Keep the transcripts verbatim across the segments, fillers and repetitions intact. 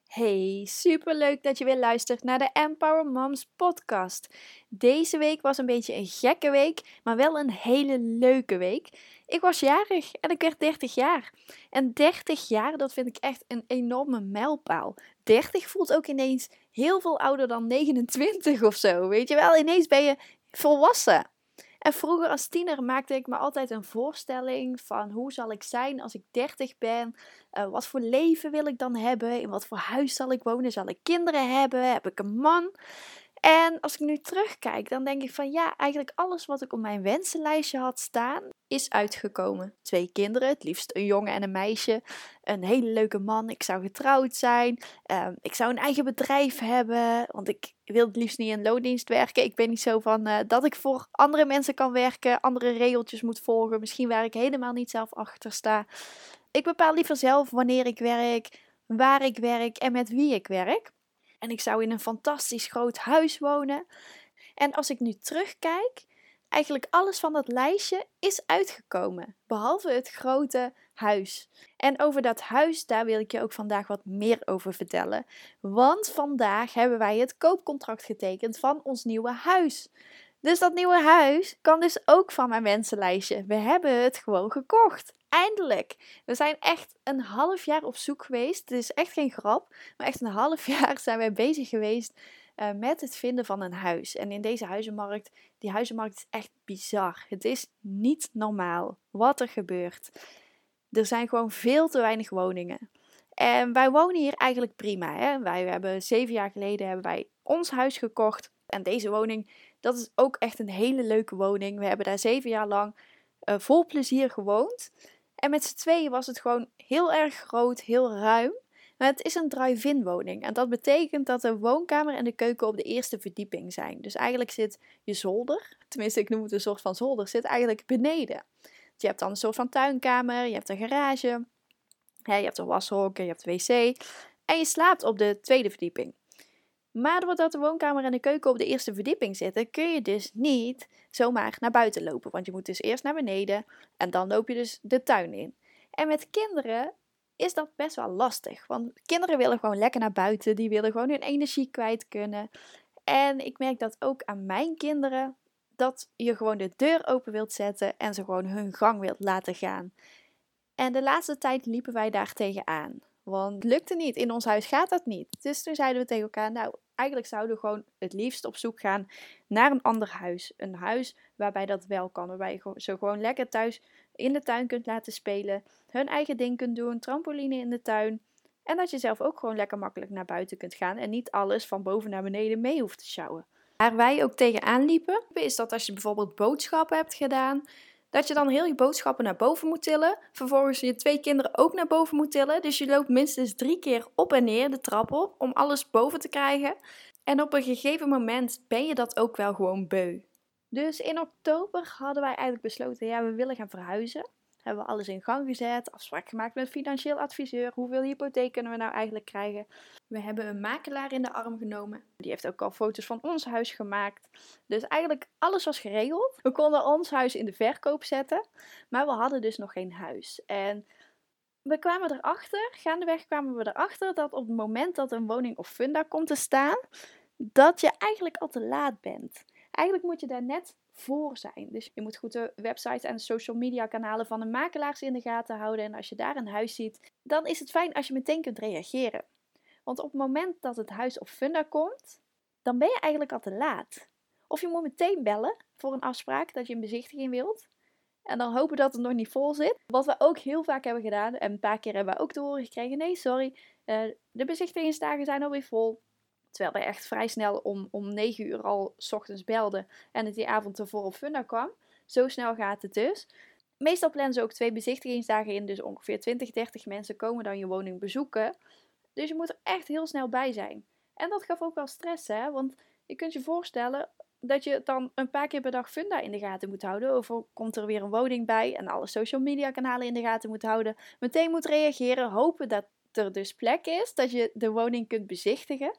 Hey, superleuk dat je weer luistert naar de Empower Moms podcast. Deze week was een beetje een gekke week, maar wel een hele leuke week. Ik was jarig en ik werd dertig jaar. En dertig jaar, dat vind ik echt een enorme mijlpaal. dertig voelt ook ineens heel veel ouder dan negenentwintig of zo, weet je wel? Ineens ben je volwassen. En vroeger als tiener maakte ik me altijd een voorstelling van hoe zal ik zijn als ik dertig ben. Uh, wat voor leven wil ik dan hebben? In wat voor huis zal ik wonen? Zal ik kinderen hebben? Heb ik een man? En als ik nu terugkijk, dan denk ik van ja, eigenlijk alles wat ik op mijn wensenlijstje had staan, is uitgekomen. Twee kinderen, het liefst een jongen en een meisje. Een hele leuke man, ik zou getrouwd zijn. Uh, ik zou een eigen bedrijf hebben, want ik wil het liefst niet in loondienst werken. Ik ben niet zo van uh, dat ik voor andere mensen kan werken, andere regeltjes moet volgen. Misschien waar ik helemaal niet zelf achter sta. Ik bepaal liever zelf wanneer ik werk, waar ik werk en met wie ik werk. En ik zou in een fantastisch groot huis wonen. En als ik nu terugkijk, eigenlijk alles van dat lijstje is uitgekomen. Behalve het grote huis. En over dat huis, daar wil ik je ook vandaag wat meer over vertellen. Want vandaag hebben wij het koopcontract getekend van ons nieuwe huis. Dus dat nieuwe huis kan dus ook van mijn wensenlijstje. We hebben het gewoon gekocht. Eindelijk! We zijn echt een half jaar op zoek geweest. Het is echt geen grap, maar echt een half jaar zijn wij bezig geweest uh, met het vinden van een huis. En in deze huizenmarkt, die huizenmarkt is echt bizar. Het is niet normaal wat er gebeurt. Er zijn gewoon veel te weinig woningen. En wij wonen hier eigenlijk prima. Hè? Wij hebben zeven jaar geleden hebben wij ons huis gekocht. En deze woning, dat is ook echt een hele leuke woning. We hebben daar zeven jaar lang uh, vol plezier gewoond. En met z'n tweeën was het gewoon heel erg groot, heel ruim. Maar het is een drive-in woning. En dat betekent dat de woonkamer en de keuken op de eerste verdieping zijn. Dus eigenlijk zit je zolder, tenminste ik noem het een soort van zolder, zit eigenlijk beneden. Je hebt dan een soort van tuinkamer, je hebt een garage, je hebt een washok, je hebt een wc. En je slaapt op de tweede verdieping. Maar doordat de woonkamer en de keuken op de eerste verdieping zitten, kun je dus niet zomaar naar buiten lopen. Want je moet dus eerst naar beneden en dan loop je dus de tuin in. En met kinderen is dat best wel lastig. Want kinderen willen gewoon lekker naar buiten. Die willen gewoon hun energie kwijt kunnen. En ik merk dat ook aan mijn kinderen. Dat je gewoon de deur open wilt zetten en ze gewoon hun gang wilt laten gaan. En de laatste tijd liepen wij daar tegenaan. Want het lukte niet. In ons huis gaat dat niet. Dus toen zeiden we tegen elkaar, nou, eigenlijk zouden we gewoon het liefst op zoek gaan naar een ander huis. Een huis waarbij dat wel kan. Waarbij je ze gewoon lekker thuis in de tuin kunt laten spelen. Hun eigen ding kunt doen. Trampoline in de tuin. En dat je zelf ook gewoon lekker makkelijk naar buiten kunt gaan. En niet alles van boven naar beneden mee hoeft te sjouwen. Waar wij ook tegenaan liepen, is dat als je bijvoorbeeld boodschappen hebt gedaan, dat je dan heel je boodschappen naar boven moet tillen. Vervolgens je twee kinderen ook naar boven moet tillen. Dus je loopt minstens drie keer op en neer de trap op om alles boven te krijgen. En op een gegeven moment ben je dat ook wel gewoon beu. Dus in oktober hadden wij eigenlijk besloten, ja, we willen gaan verhuizen. Hebben we alles in gang gezet, afspraak gemaakt met een financieel adviseur. Hoeveel hypotheek kunnen we nou eigenlijk krijgen? We hebben een makelaar in de arm genomen. Die heeft ook al foto's van ons huis gemaakt. Dus eigenlijk alles was geregeld. We konden ons huis in de verkoop zetten. Maar we hadden dus nog geen huis. En we kwamen erachter, gaandeweg kwamen we erachter dat op het moment dat een woning of funda komt te staan, dat je eigenlijk al te laat bent. Eigenlijk moet je daar net voor zijn. Dus je moet goed de websites en de social media kanalen van de makelaars in de gaten houden. En als je daar een huis ziet, dan is het fijn als je meteen kunt reageren. Want op het moment dat het huis of funda komt, dan ben je eigenlijk al te laat. Of je moet meteen bellen voor een afspraak dat je een bezichtiging wilt. En dan hopen dat het nog niet vol zit. Wat we ook heel vaak hebben gedaan, en een paar keer hebben we ook te horen gekregen, nee sorry, uh, de bezichtigingsdagen zijn alweer vol. Terwijl wij echt vrij snel om, om negen uur al 's ochtends belden en het die avond ervoor op funda kwam. Zo snel gaat het dus. Meestal plannen ze ook twee bezichtigingsdagen in, dus ongeveer twintig, dertig mensen komen dan je woning bezoeken. Dus je moet er echt heel snel bij zijn. En dat gaf ook wel stress, hè? Want je kunt je voorstellen dat je dan een paar keer per dag funda in de gaten moet houden. Of komt er weer een woning bij en alle social media kanalen in de gaten moet houden. Meteen moet reageren, hopen dat er dus plek is, dat je de woning kunt bezichtigen.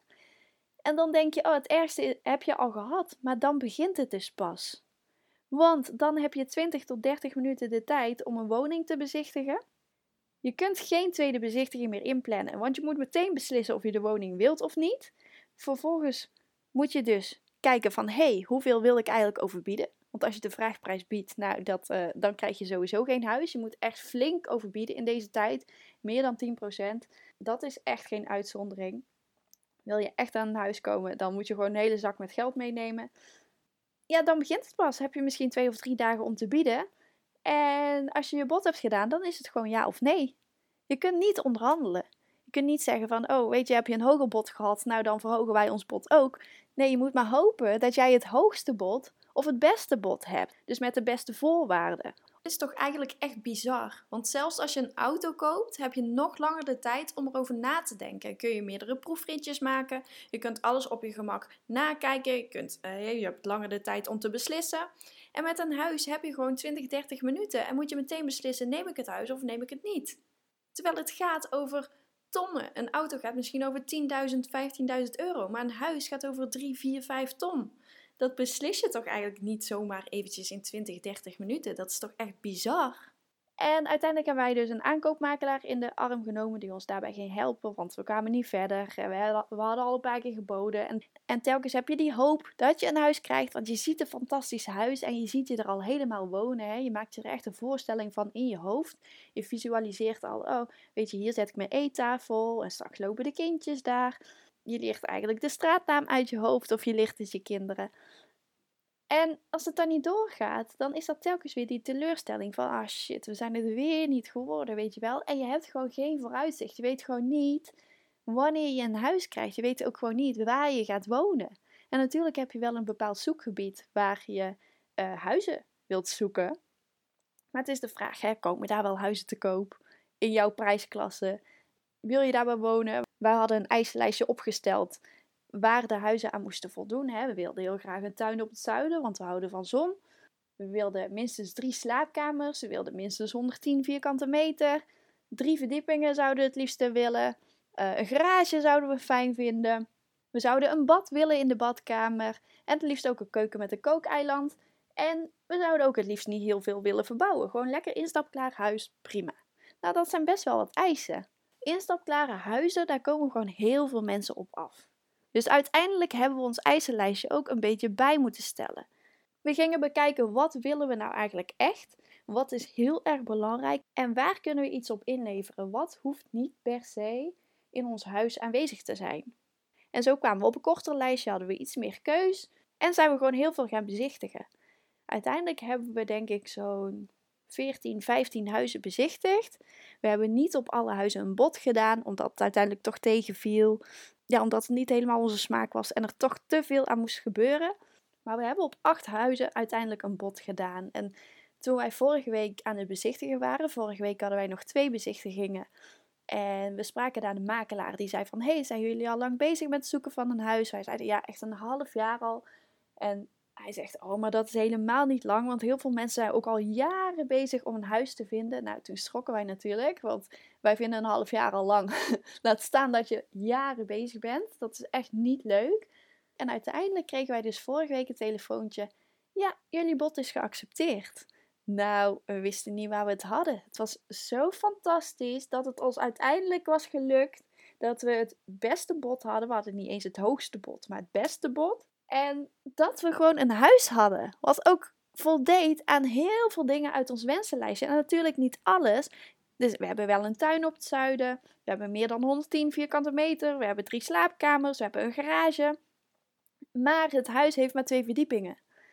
En dan denk je, oh, het ergste heb je al gehad. Maar dan begint het dus pas. Want dan heb je twintig tot dertig minuten de tijd om een woning te bezichtigen. Je kunt geen tweede bezichtiging meer inplannen, want je moet meteen beslissen of je de woning wilt of niet. Vervolgens moet je dus kijken van, hé, hey, hoeveel wil ik eigenlijk overbieden? Want als je de vraagprijs biedt, nou, dat, uh, dan krijg je sowieso geen huis. Je moet echt flink overbieden in deze tijd, meer dan tien procent. Dat is echt geen uitzondering. Wil je echt aan een huis komen, dan moet je gewoon een hele zak met geld meenemen. Ja, dan begint het pas. Heb je misschien twee of drie dagen om te bieden. En als je je bod hebt gedaan, dan is het gewoon ja of nee. Je kunt niet onderhandelen. Je kunt niet zeggen van, oh, weet je, heb je een hoger bod gehad? Nou, dan verhogen wij ons bod ook. Nee, je moet maar hopen dat jij het hoogste bod of het beste bod hebt. Dus met de beste voorwaarden. Het is toch eigenlijk echt bizar. Want zelfs als je een auto koopt, heb je nog langer de tijd om erover na te denken. Kun je meerdere proefritjes maken. Je kunt alles op je gemak nakijken. Je, kunt, uh, je hebt langer de tijd om te beslissen. En met een huis heb je gewoon twintig, dertig minuten. En moet je meteen beslissen, neem ik het huis of neem ik het niet. Terwijl het gaat over tonnen. Een auto gaat misschien over tienduizend, vijftienduizend euro. Maar een huis gaat over drie, vier, vijf ton. Dat beslis je toch eigenlijk niet zomaar eventjes in twintig, dertig minuten. Dat is toch echt bizar. En uiteindelijk hebben wij dus een aankoopmakelaar in de arm genomen die ons daarbij ging helpen, want we kwamen niet verder. We hadden al een paar keer geboden. En, en telkens heb je die hoop dat je een huis krijgt, want je ziet een fantastisch huis en je ziet je er al helemaal wonen. Hè. Je maakt je er echt een voorstelling van in je hoofd. Je visualiseert al, oh, weet je, hier zet ik mijn eettafel en straks lopen de kindjes daar. Je leert eigenlijk de straatnaam uit je hoofd of je leert het je kinderen. En als het dan niet doorgaat, dan is dat telkens weer die teleurstelling van, ah shit, we zijn het weer niet geworden, weet je wel. En je hebt gewoon geen vooruitzicht. Je weet gewoon niet wanneer je een huis krijgt. Je weet ook gewoon niet waar je gaat wonen. En natuurlijk heb je wel een bepaald zoekgebied waar je uh, huizen wilt zoeken. Maar het is de vraag, hè, komen daar wel huizen te koop in jouw prijsklasse? Wil je daar wel wonen? Wij hadden een eisenlijstje opgesteld waar de huizen aan moesten voldoen. Hè. We wilden heel graag een tuin op het zuiden, want we houden van zon. We wilden minstens drie slaapkamers. We wilden minstens honderdtien vierkante meter. Drie verdiepingen zouden we het liefste willen. Uh, een garage zouden we fijn vinden. We zouden een bad willen in de badkamer. En het liefst ook een keuken met een kookeiland. En we zouden ook het liefst niet heel veel willen verbouwen. Gewoon lekker instapklaar huis, prima. Nou, dat zijn best wel wat eisen. Instapklare huizen, daar komen gewoon heel veel mensen op af. Dus uiteindelijk hebben we ons eisenlijstje ook een beetje bij moeten stellen. We gingen bekijken, wat willen we nou eigenlijk echt? Wat is heel erg belangrijk? En waar kunnen we iets op inleveren? Wat hoeft niet per se in ons huis aanwezig te zijn? En zo kwamen we op een korter lijstje, hadden we iets meer keus. En zijn we gewoon heel veel gaan bezichtigen. Uiteindelijk hebben we denk ik zo'n veertien, vijftien huizen bezichtigd. We hebben niet op alle huizen een bod gedaan, omdat het uiteindelijk toch tegenviel. Ja, omdat het niet helemaal onze smaak was en er toch te veel aan moest gebeuren. Maar we hebben op acht huizen uiteindelijk een bod gedaan. En toen wij vorige week aan het bezichtigen waren, vorige week hadden wij nog twee bezichtigingen. En we spraken daar de makelaar, die zei van, hey, zijn jullie al lang bezig met het zoeken van een huis? Wij zeiden, ja, echt een half jaar al. En hij zegt, oh, maar dat is helemaal niet lang, want heel veel mensen zijn ook al jaren bezig om een huis te vinden. Nou, toen schrokken wij natuurlijk, want wij vinden een half jaar al lang. Laat staan dat je jaren bezig bent. Dat is echt niet leuk. En uiteindelijk kregen wij dus vorige week een telefoontje. Ja, jullie bod is geaccepteerd. Nou, we wisten niet waar we het hadden. Het was zo fantastisch dat het ons uiteindelijk was gelukt. Dat we het beste bod hadden. We hadden niet eens het hoogste bod, maar het beste bod. En dat we gewoon een huis hadden. Wat ook voldeed aan heel veel dingen uit ons wensenlijstje. En natuurlijk niet alles. Dus we hebben wel een tuin op het zuiden. We hebben meer dan honderdtien vierkante meter. We hebben drie slaapkamers. We hebben een garage. Maar het huis heeft maar twee verdiepingen.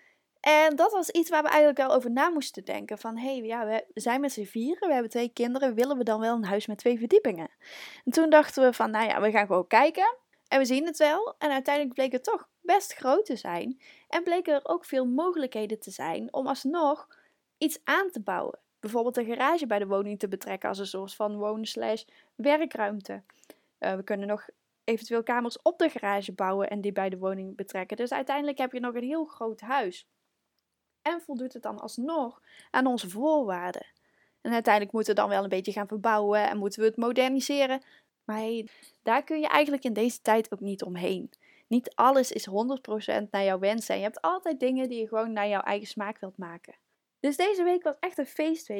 En dat was iets waar we eigenlijk wel over na moesten denken. Van, hé, hey, ja, we zijn met z'n vieren, we hebben twee kinderen, willen we dan wel een huis met twee verdiepingen? En toen dachten we van, nou ja, we gaan gewoon kijken. En we zien het wel. En uiteindelijk bleek het toch best groot te zijn. En bleken er ook veel mogelijkheden te zijn om alsnog iets aan te bouwen. Bijvoorbeeld een garage bij de woning te betrekken als een soort van woon-slash-werkruimte. Uh, we kunnen nog eventueel kamers op de garage bouwen en die bij de woning betrekken. Dus uiteindelijk heb je nog een heel groot huis. En voldoet het dan alsnog aan onze voorwaarden. En uiteindelijk moeten we dan wel een beetje gaan verbouwen en moeten we het moderniseren. Maar hey, daar kun je eigenlijk in deze tijd ook niet omheen. Niet alles is honderd procent naar jouw wens en je hebt altijd dingen die je gewoon naar jouw eigen smaak wilt maken. Dus deze week was echt een feestweek.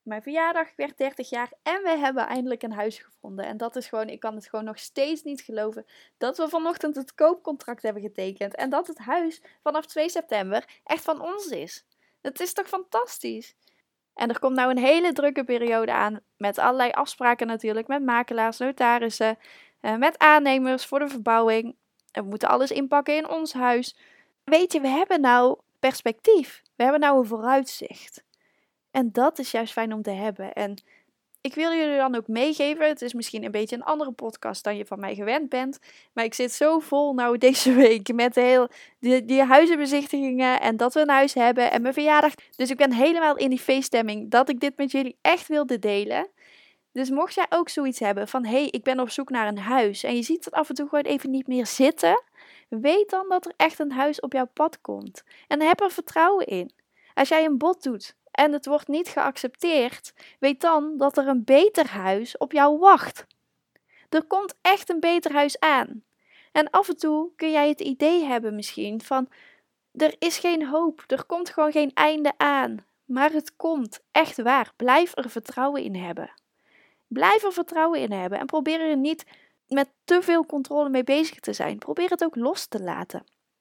mijn verjaardag, ik werd dertig jaar en we hebben eindelijk een huis gevonden. En dat is gewoon, ik kan het gewoon nog steeds niet geloven dat we vanochtend het koopcontract hebben getekend. En dat het huis vanaf twee september echt van ons is. Het is toch fantastisch? En er komt nou een hele drukke periode aan met allerlei afspraken natuurlijk, met makelaars, notarissen, met aannemers voor de verbouwing. En we moeten alles inpakken in ons huis. Weet je, we hebben nou perspectief. We hebben nou een vooruitzicht. En dat is juist fijn om te hebben. En ik wil jullie dan ook meegeven. Het is misschien een beetje een andere podcast dan je van mij gewend bent. Maar ik zit zo vol nou deze week met de heel, die, die huizenbezichtigingen. En dat we een huis hebben. En mijn verjaardag. Dus ik ben helemaal in die feeststemming dat ik dit met jullie echt wilde delen. Dus mocht jij ook zoiets hebben van, hé, hey, ik ben op zoek naar een huis. En je ziet het af en toe gewoon even niet meer zitten. Weet dan dat er echt een huis op jouw pad komt. En heb er vertrouwen in. Als jij een bod doet en het wordt niet geaccepteerd, weet dan dat er een beter huis op jou wacht. Er komt echt een beter huis aan. En af en toe kun jij het idee hebben misschien van, er is geen hoop, er komt gewoon geen einde aan. Maar het komt, echt waar. Blijf er vertrouwen in hebben. Blijf er vertrouwen in hebben en probeer er niet met te veel controle mee bezig te zijn. Probeer het ook los te laten.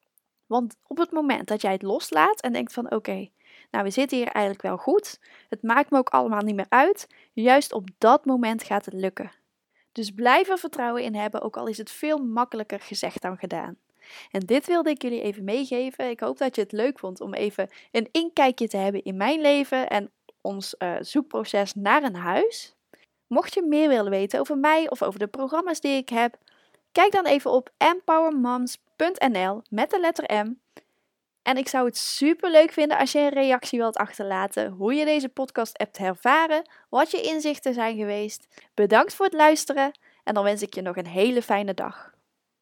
Want op het moment dat jij het loslaat en denkt van oké, okay, nou we zitten hier eigenlijk wel goed. Het maakt me ook allemaal niet meer uit. Juist op dat moment gaat het lukken. Dus blijf er vertrouwen in hebben, ook al is het veel makkelijker gezegd dan gedaan. En dit wilde ik jullie even meegeven. Ik hoop dat je het leuk vond om even een inkijkje te hebben in mijn leven en ons uh, zoekproces naar een huis. Mocht je meer willen weten over mij of over de programma's die ik heb, kijk dan even op empower moms punt n l met de letter M. En ik zou het super leuk vinden als je een reactie wilt achterlaten, hoe je deze podcast hebt ervaren, wat je inzichten zijn geweest. Bedankt voor het luisteren en dan wens ik je nog een hele fijne dag.